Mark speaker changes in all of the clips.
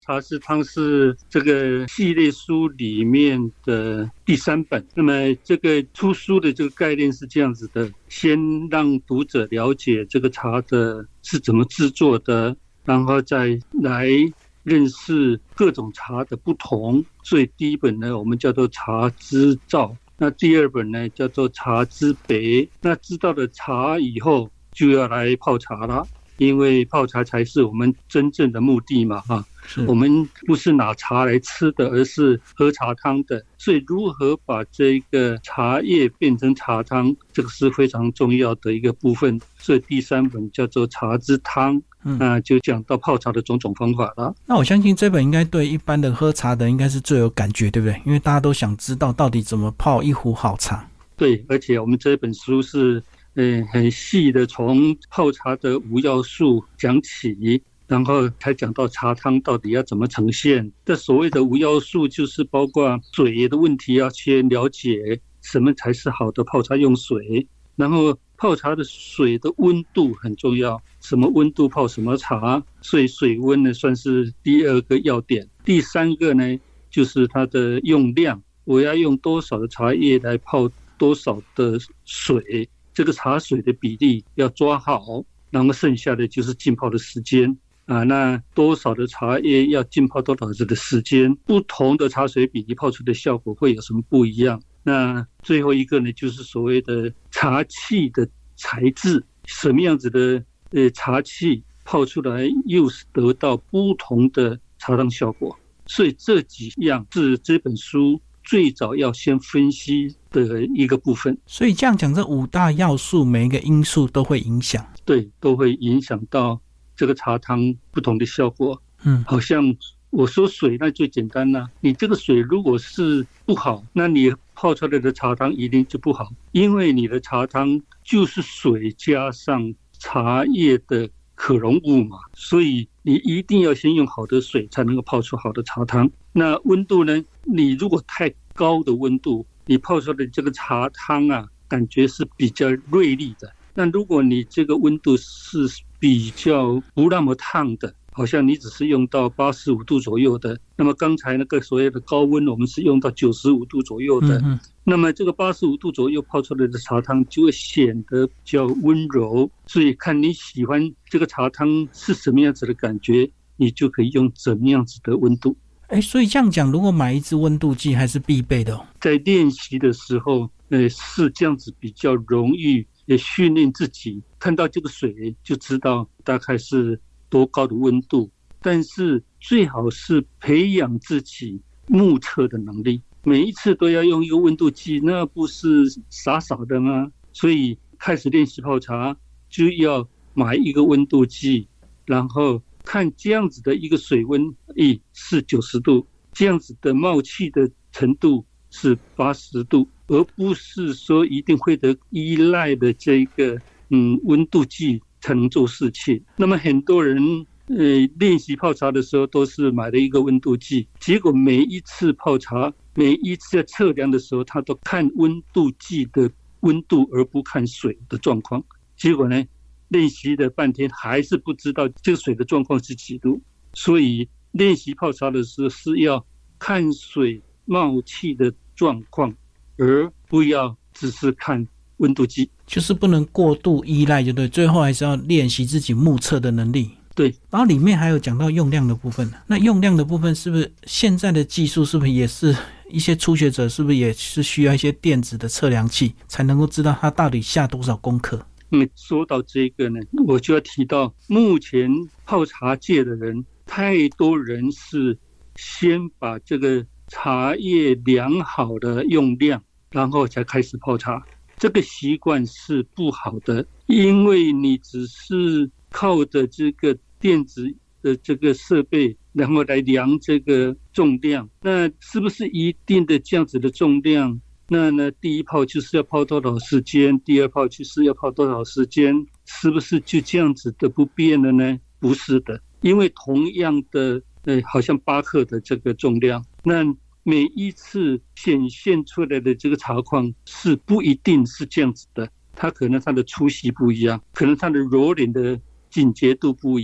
Speaker 1: 茶枝汤是这个系列书里面的第3本。那么这个出书的这个概念是这样子的：先让读者了解这个茶的是怎么制作的，然后再来认识各种茶的不同。所以第1本呢，我们叫做茶之道；那第2本呢，叫做茶之别。那知道了茶以后，就要来泡茶了。因为泡茶才是我们真正的目的嘛，我们不是拿茶来吃的，而是喝茶汤的。所以如何把这个茶叶变成茶汤，这个是非常重要的一个部分。所以第3本叫做茶之汤，就讲到泡茶的种种方法了。
Speaker 2: 那我相信这本应该对一般的喝茶的应该是最有感觉，对不对？因为大家都想知道到底怎么泡一壶好茶。
Speaker 1: 对，而且我们这本书是很细的，从泡茶的5要素讲起，然后才讲到茶汤到底要怎么呈现。这所谓的5要素就是包括水的问题，要先了解什么才是好的泡茶用水，然后泡茶的水的温度很重要，什么温度泡什么茶，所以水温呢算是第2个要点。第3个呢就是它的用量，我要用多少的茶叶来泡多少的水，这个茶水的比例要抓好，然后剩下的就是浸泡的时间那多少的茶叶要浸泡多少的时间，不同的茶水比例泡出的效果会有什么不一样。那最后一个呢，就是所谓的茶器的材质，什么样子的茶器泡出来又是得到不同的茶汤效果。所以这几样是这本书最早要先分析的一个部分。
Speaker 2: 所以这样讲，这5大要素每一个因素都会影响。
Speaker 1: 对，都会影响到这个茶汤不同的效果。好像我说水那最简单啦，你这个水如果是不好，那你泡出来的茶汤一定就不好，因为你的茶汤就是水加上茶叶的可溶物嘛，所以你一定要先用好的水才能够泡出好的茶汤。那温度呢，你如果太高的温度，你泡出来的这个茶汤感觉是比较锐利的。那如果你这个温度是比较不那么烫的，好像你只是用到85度左右的，那么刚才那个所谓的高温我们是用到95度左右的，那么这个85度左右泡出来的茶汤就会显得比较温柔。所以看你喜欢这个茶汤是什么样子的感觉，你就可以用怎么样子的温度。
Speaker 2: 所以这样讲，如果买一支温度计还是必备的
Speaker 1: 在练习的时候是这样子比较容易也训练自己，看到这个水就知道大概是多高的温度。但是最好是培养自己目测的能力，每一次都要用一个温度计，那不是傻傻的吗？所以开始练习泡茶就要买一个温度计，然后看这样子的一个水温是90度，这样子的冒气的程度是80度，而不是说一定会得依赖的这个温度计才能做事情。那么很多人练习泡茶的时候都是买了一个温度计，结果每一次泡茶，每一次在测量的时候，他都看温度计的温度而不看水的状况。结果呢，练习了半天还是不知道这个水的状况是几度。所以练习泡茶的时候是要看水冒气的状况，而不要只是看温度计，
Speaker 2: 就是不能过度依赖，就对，最后还是要练习自己目测的能力。
Speaker 1: 对，
Speaker 2: 然后里面还有讲到用量的部分，那用量的部分是不是现在的技术是不是也是一些初学者是不是也是需要一些电子的测量器才能够知道他到底下多少功课？
Speaker 1: 说到这个呢，我就要提到目前泡茶界的人，太多人是先把这个茶叶量好的用量，然后才开始泡茶。这个习惯是不好的，因为你只是靠着这个电子的这个设备，然后来量这个重量，那是不是一定的这样子的重量？那呢，第一泡就是要泡多少时间，第二泡就是要泡多少时间，是不是就这样子的不变了呢？不是的，因为同样的好像8克的这个重量，那每一次显现出来的这个茶况是不一定是这样子的，它可能它的粗细不一样，可能它的揉捻的紧结度不一样，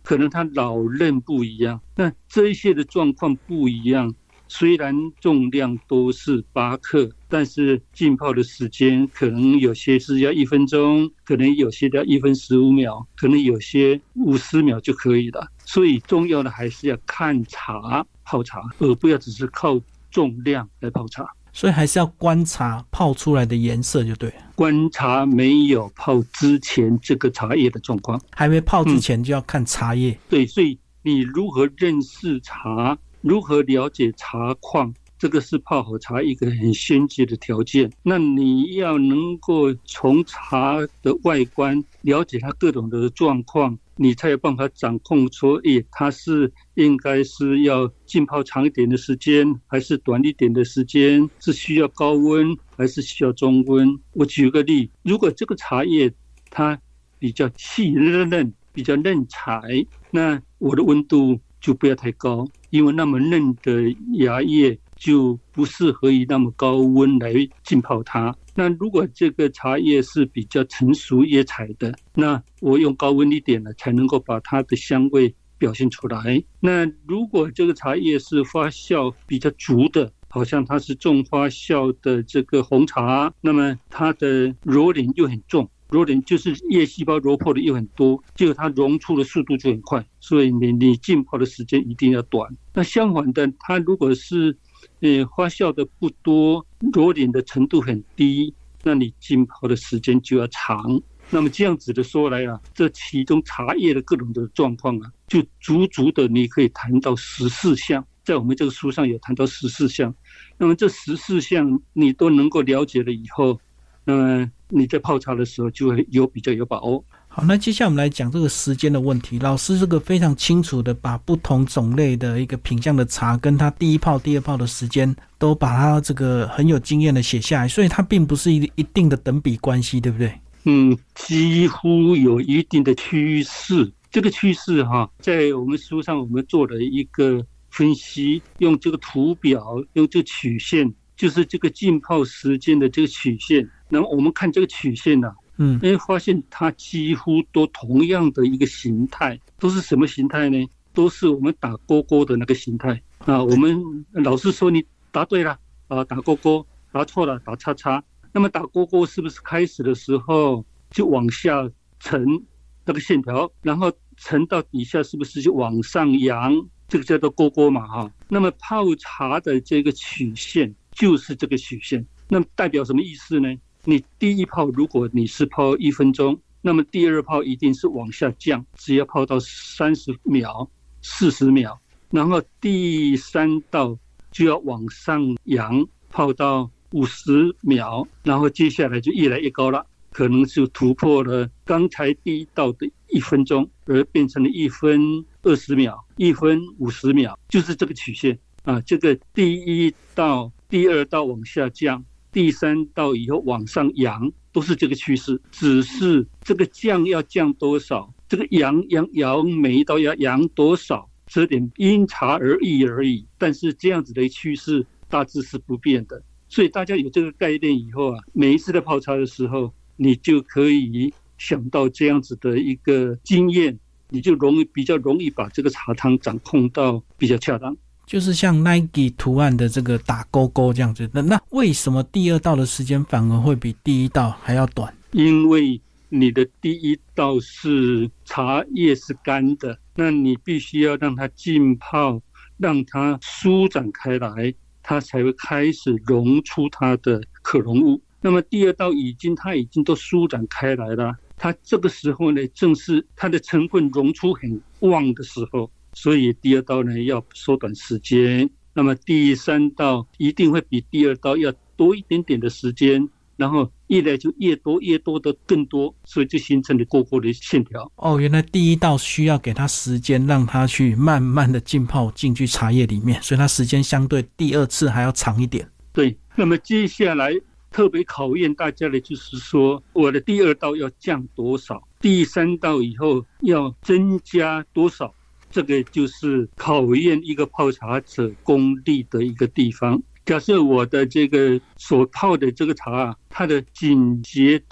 Speaker 1: 可能它老嫩不一样，那这一些的状况不一样。虽然重量都是8克，但是浸泡的时间可能有些是要1分钟，可能有些要1分15秒，可能有些50秒就可以了。所以重要的还是要看茶泡茶，而不要只是靠重量来泡茶。
Speaker 2: 所以还是要观察泡出来的颜色就对了，
Speaker 1: 观察没有泡之前这个茶叶的状况，
Speaker 2: 还没泡之前就要看茶叶。
Speaker 1: 对，所以你如何认识茶，如何了解茶况，这个是泡好茶一个很先决的条件。那你要能够从茶的外观了解它各种的状况，你才有办法掌控说，它是应该是要浸泡长一点的时间，还是短一点的时间，是需要高温还是需要中温。我举个例，如果这个茶叶它比较细嫩，比较嫩柴，那我的温度就不要太高，因为那么嫩的芽叶就不适合以那么高温来浸泡它。那如果这个茶叶是比较成熟叶材的，那我用高温一点呢，才能够把它的香味表现出来。那如果这个茶叶是发酵比较足的，好像它是重发酵的这个红茶，那么它的揉捻又很重，揉捻就是叶细胞揉破的又很多，结果它溶出的速度就很快，所以你浸泡的时间一定要短。那相反的，它如果是发酵的不多，揉捻的程度很低，那你浸泡的时间就要长。那么这样子的说来啊，这其中茶叶的各种的状况啊，就足足的你可以谈到14项，在我们这个书上有谈到14项。那么这14项你都能够了解了以后，那么你在泡茶的时候就会比较有把握。
Speaker 2: 好，那接下来我们来讲这个时间的问题。老师这个非常清楚的把不同种类的一个品相的茶跟它第一泡第二泡的时间都把它这个很有经验的写下来，所以它并不是一定的等比关系，对不对？
Speaker 1: 几乎有一定的趋势。这个趋势在我们书上我们做了一个分析，用这个图表，用这个曲线，就是这个浸泡时间的这个曲线。那么我们看这个曲线发现它几乎都同样的一个形态，都是什么形态呢？都是我们打勾勾的那个形态啊。我们老师说你答对了打勾勾，答错了打叉叉。那么打勾勾是不是开始的时候就往下沉那个线条，然后沉到底下是不是就往上扬？这个叫做勾勾嘛那么泡茶的这个曲线就是这个曲线，那么代表什么意思呢？你第一泡如果你是泡1分钟，那么第二泡一定是往下降，只要泡到30秒、40秒，然后第3道就要往上扬，泡到50秒，然后接下来就越来越高了，可能就突破了刚才第一道的1分钟，而变成了1分20秒、1分50秒，就是这个曲线这个第一道、第二道往下降，第3道以后往上扬，都是这个趋势，只是这个降要降多少，这个扬每一道要扬多少，这点因茶而异而已。但是这样子的趋势大致是不变的，所以大家有这个概念以后每一次在泡茶的时候，你就可以想到这样子的一个经验，你就比较容易把这个茶汤掌控到比较恰当。
Speaker 2: 就是像 Nike 图案的这个打勾勾这样子。那为什么第二道的时间反而会比第一道还要短？
Speaker 1: 因为你的第一道是茶叶是干的，那你必须要让它浸泡，让它舒展开来，它才会开始溶出它的可溶物。那么第二道它已经都舒展开来了，它这个时候呢，正是它的成分溶出很旺的时候，所以第二道呢要缩短时间。那么第3道一定会比第二道要多一点点的时间，然后越来就越多的更多，所以就形成了勾勾的线条。
Speaker 2: 原来第一道需要给它时间，让它去慢慢的浸泡进去茶叶里面，所以它时间相对第二次还要长一点。
Speaker 1: 对，那么接下来特别考验大家的就是说，我的第二道要降多少，第3道以后要增加多少，这个就是考验一个泡茶者功力的一个地方。假设我的这个所泡的这个茶它的紧结度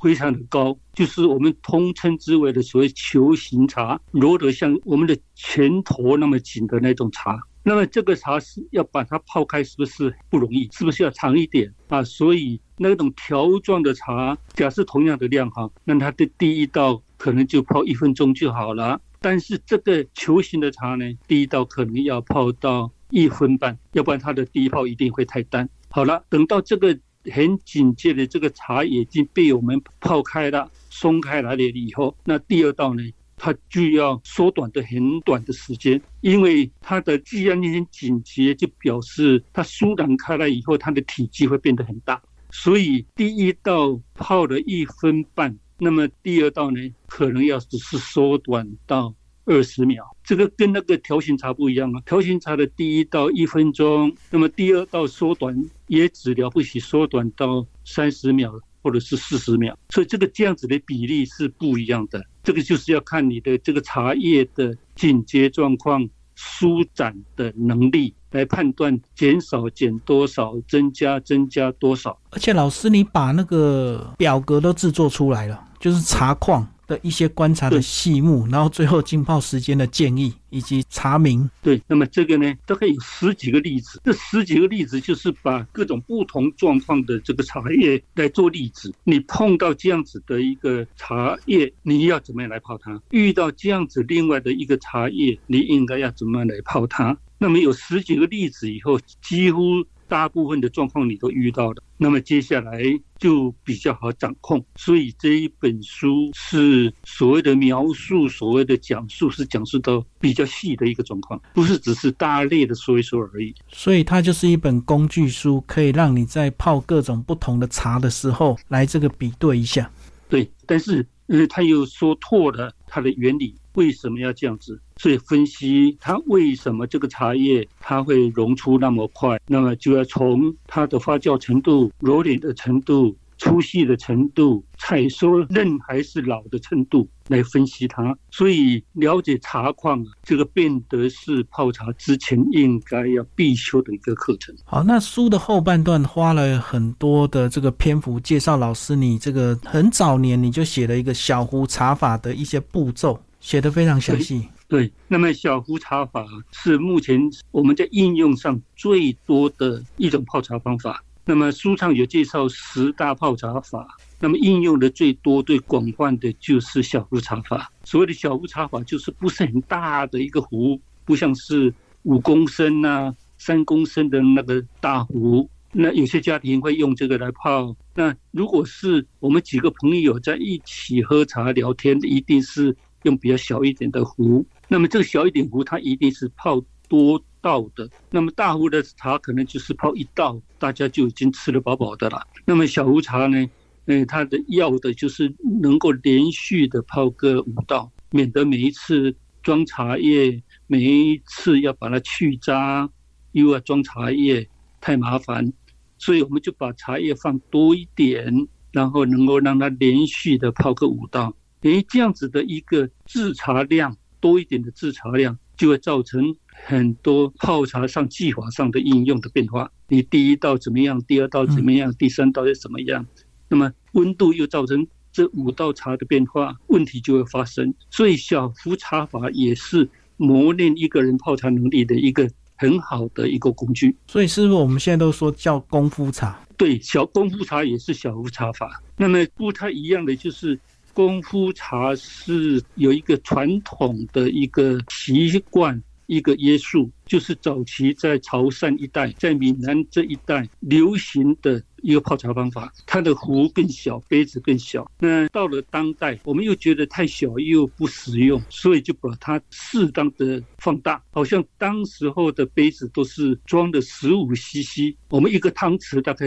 Speaker 1: 非常的高，就是我们通称之为的所谓球形茶，揉得像我们的拳头那么紧的那种茶。那么这个茶是要把它泡开，是不是不容易？是不是要长一点啊？所以那种条状的茶，假设同样的量哈，那它的第一道可能就泡1分钟就好了。但是这个球形的茶呢，第一道可能要泡到1分半，要不然它的第一泡一定会太淡。好了，等到这个很紧接的这个茶已经被我们泡开了、松开来了以后，那第二道呢，它就要缩短的很短的时间，因为它的既然很紧结，就表示它舒展开来以后，它的体积会变得很大。所以第一道泡了1分半，那么第二道呢，可能要只是缩短到20秒。这个跟那个条形茶不一样啊，条形茶的第一道1分钟，那么第二道缩短也只了不起缩短到30秒或者是40秒，所以这样子的比例是不一样的。这个就是要看你的这个茶叶的紧结状况、舒展的能力来判断减少减多少，增加多少。
Speaker 2: 而且老师，你把那个表格都制作出来了，就是茶况的一些观察的细目，然后最后浸泡时间的建议以及茶名。
Speaker 1: 对，那么这个呢，大概有10几个例子。这10几个例子就是把各种不同状况的这个茶叶来做例子。你碰到这样子的一个茶叶，你要怎么样来泡它？遇到这样子另外的一个茶叶，你应该要怎么样来泡它？那么有10几个例子以后，几乎大部分的状况你都遇到了，那么接下来就比较好掌控。所以这一本书是所谓的描述，所谓的讲述，是讲述到比较细的一个状况，不是只是大类的说一说而已。
Speaker 2: 所以它就是一本工具书，可以让你在泡各种不同的茶的时候来这个比对一下。
Speaker 1: 对，但是他又说透了它的原理，为什么要这样子？所以分析它为什么这个茶叶它会溶出那么快，那么就要从它的发酵程度、揉捻的程度、粗细的程度、采收嫩还是老的程度来分析它。所以了解茶况，这个变得是泡茶之前应该要必修的一个课程。
Speaker 2: 好，那书的后半段花了很多的这个篇幅介绍老师你这个很早年你就写了一个小壶茶法的一些步骤，写得非常详细。
Speaker 1: 对，那么小壶茶法是目前我们在应用上最多的一种泡茶方法。那么书上有介绍10大泡茶法，那么应用的最多最广泛的就是小壶茶法。所谓的小壶茶法就是不是很大的一个壶，不像是5公升啊、3公升的那个大壶，那有些家庭会用这个来泡。那如果是我们几个朋友在一起喝茶聊天，一定是用比较小一点的壶。那么这个小一点壶它一定是泡多道的，那么大壶的茶可能就是泡1道，大家就已经吃得饱饱的了。那么小壶茶呢，它的要的就是能够连续的泡个5道，免得每一次装茶叶，每一次要把它去渣，又要装茶叶，太麻烦。所以我们就把茶叶放多一点，然后能够让它连续的泡个5道。这样子的一个制茶量多一点的制茶量，就会造成很多泡茶上技法上的应用的变化。你第一道怎么样，第二道怎么样，第三道又怎么样，那么温度又造成这5道茶的变化，问题就会发生。所以小壶茶法也是磨练一个人泡茶能力的一个很好的一个工具。
Speaker 2: 所以是不是我们现在都说叫功夫茶？
Speaker 1: 对，小功夫茶也是小壶茶法。那么不太一样的就是功夫茶是有一个传统的一个习惯，一个约束，就是早期在潮汕一带，在闽南这一带流行的一个泡茶方法，它的壶更小，杯子更小。那到了当代，我们又觉得太小又不实用，所以就把它适当的放大，好像当时候的杯子都是装的15cc， 我们一个汤匙大概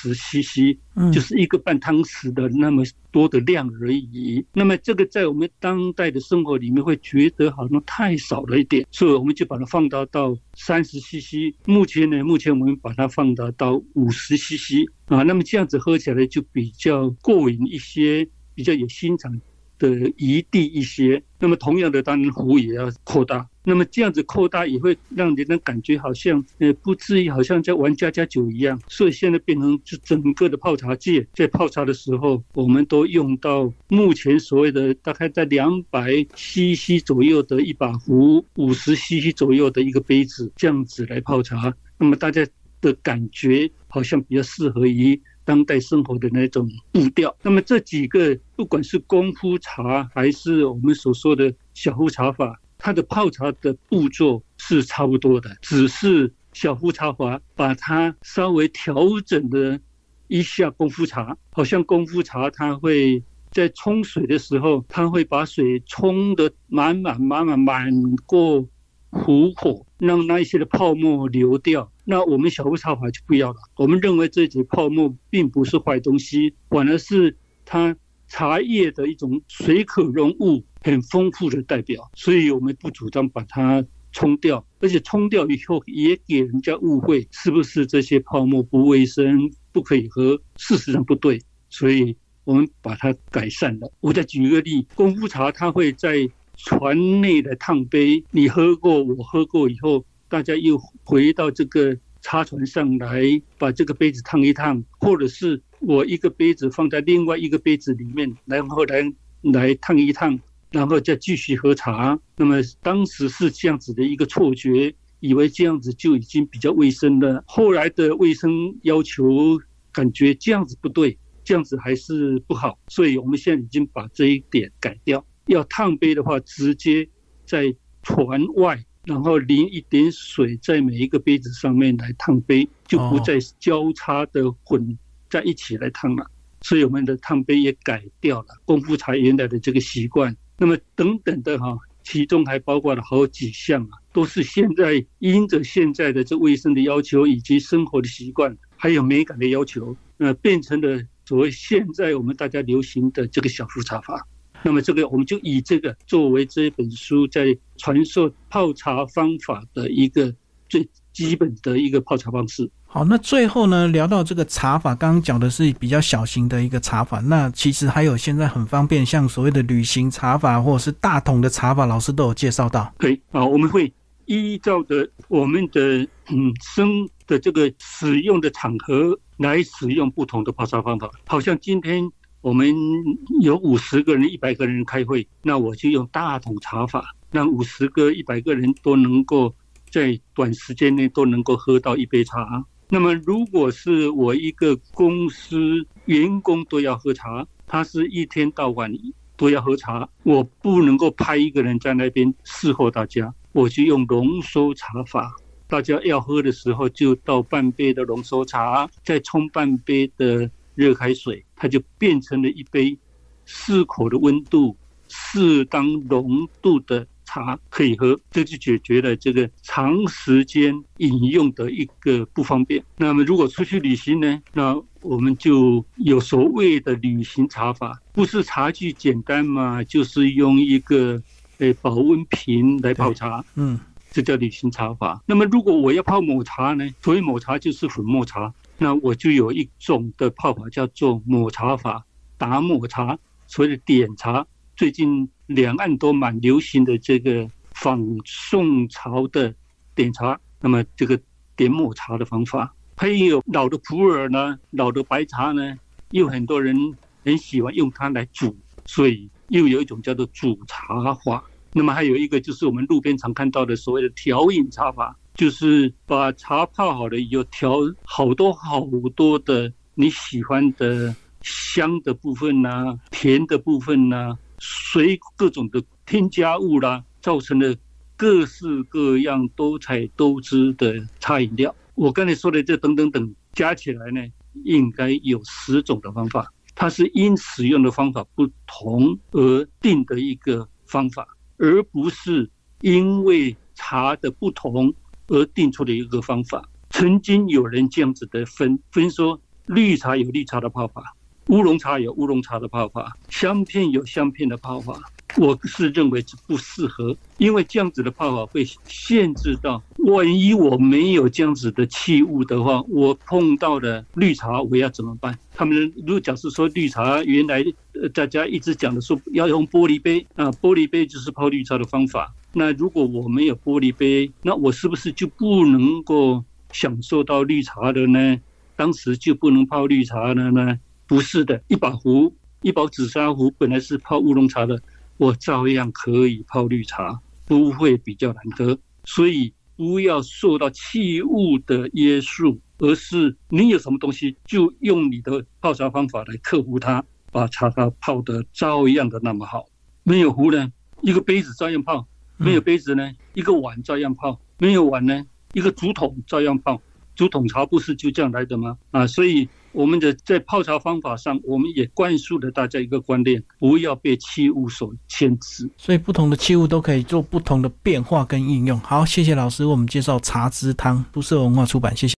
Speaker 1: 10cc， 就是1个半汤匙的那么多的量而已。那么这个在我们当代的生活里面会觉得好像太少了一点，所以我们就把它放大到30cc。目前我们把它放大到50cc。那么这样子喝起来就比较过瘾一些，比较有欣赏的余地一些。那么同样的，当然壶也要扩大。 那么这样子扩大也会让人的感觉好像不至于好像在玩家家酒一样，所以现在变成就整个的泡茶界在泡茶的时候，我们都用到目前所谓的大概在200cc 左右的一把壶，50cc 左右的一个杯子，这样子来泡茶。那么大家的感觉好像比较适合于当代生活的那种步调。那么这几个不管是功夫茶还是我们所说的小壶茶法，它的泡茶的步骤是差不多的，只是小壶茶法把它稍微调整了一下功夫茶。好像功夫茶它会在冲水的时候，它会把水冲得满过壶口，让那一些的泡沫流掉。那我们小壶茶法就不要了，我们认为这些泡沫并不是坏东西，反而是它茶叶的一种水可溶物很丰富的代表，所以我们不主张把它冲掉，而且冲掉以后也给人家误会是不是这些泡沫不卫生不可以喝，事实上不对，所以我们把它改善了。我再举个例，功夫茶它会在船内的烫杯，你喝过我喝过以后，大家又回到这个茶船上来把这个杯子烫一烫，或者是我一个杯子放在另外一个杯子里面，然后来烫一烫，然后再继续喝茶。那么当时是这样子的一个错觉，以为这样子就已经比较卫生了，后来的卫生要求感觉这样子不对，这样子还是不好，所以我们现在已经把这一点改掉。要烫杯的话，直接在船外，然后淋一点水在每一个杯子上面来烫杯，就不再交叉的混在一起来烫了。所以我们的烫杯也改掉了功夫茶原来的这个习惯。那么等等的其中还包括了好几项都是现在因着现在的这卫生的要求以及生活的习惯，还有美感的要求，变成了所谓现在我们大家流行的这个小壶茶法。那么这个我们就以这个作为这本书在传授泡茶方法的一个最基本的一个泡茶方式。
Speaker 2: 好，那最后呢，聊到这个茶法，刚刚讲的是比较小型的一个茶法，那其实还有现在很方便，像所谓的旅行茶法或者是大桶的茶法，老师都有介绍到。
Speaker 1: 对我们会依照的我们的生的这个使用的场合来使用不同的泡茶方法。好像今天我们有50个人100个人开会，那我就用大桶茶法，让50个100个人都能够在短时间内都能够喝到一杯茶。那么如果是我一个公司员工都要喝茶，他是一天到晚都要喝茶，我不能够派一个人在那边伺候大家，我就用浓缩茶法，大家要喝的时候就倒半杯的浓缩茶，再冲半杯的热开水，它就变成了一杯适口的温度、适当浓度的茶可以喝，这就解决了这个长时间饮用的一个不方便。那么如果出去旅行呢，那我们就有所谓的旅行茶法，不是茶具简单嘛，就是用一个保温瓶来泡茶，这叫旅行茶法。那么如果我要泡抹茶呢，所谓抹茶就是粉末茶，那我就有一种的泡法叫做抹茶法、打抹茶，所谓的点茶。最近两岸都蛮流行的这个仿宋朝的点茶，那么这个点抹茶的方法，还有老的普洱呢，老的白茶呢，又很多人很喜欢用它来煮，所以又有一种叫做煮茶法。那么还有一个就是我们路边常看到的所谓的调饮茶法，就是把茶泡好了以后调好多的你喜欢的香的部分甜的部分水各种的添加物造成了各式各样多彩多姿的茶饮料。我刚才说的这等等等加起来呢，应该有10种的方法，它是因使用的方法不同而定的一个方法，而不是因为茶的不同而定出的一个方法。曾经有人这样子的分说，绿茶有绿茶的泡法，乌龙茶有乌龙茶的泡法，香片有香片的泡法。我是认为是不适合，因为这样子的泡法会限制到，万一我没有这样子的器物的话，我碰到的绿茶我要怎么办？他们如果假设说绿茶原来大家一直讲的说要用玻璃杯，玻璃杯就是泡绿茶的方法， 那如果我没有玻璃杯，那我是不是就不能够享受到绿茶了呢？当时就不能泡绿茶了呢？不是的，一把紫砂壶本来是泡乌龙茶的，我照样可以泡绿茶，不会比较难喝。所以不要受到器物的约束，而是你有什么东西就用你的泡茶方法来克服它，把茶泡得照样的那么好。没有壶呢，一个杯子照样泡；没有杯子呢，一个碗照样泡；没有碗呢，一个竹筒照样泡。竹筒茶不是就这样来的吗？所以我们在泡茶方法上，我们也灌输了大家一个观念，不要被器物所牵制。
Speaker 2: 所以不同的器物都可以做不同的变化跟应用。好，谢谢老师为我们介绍茶之汤，都市文化出版，谢谢。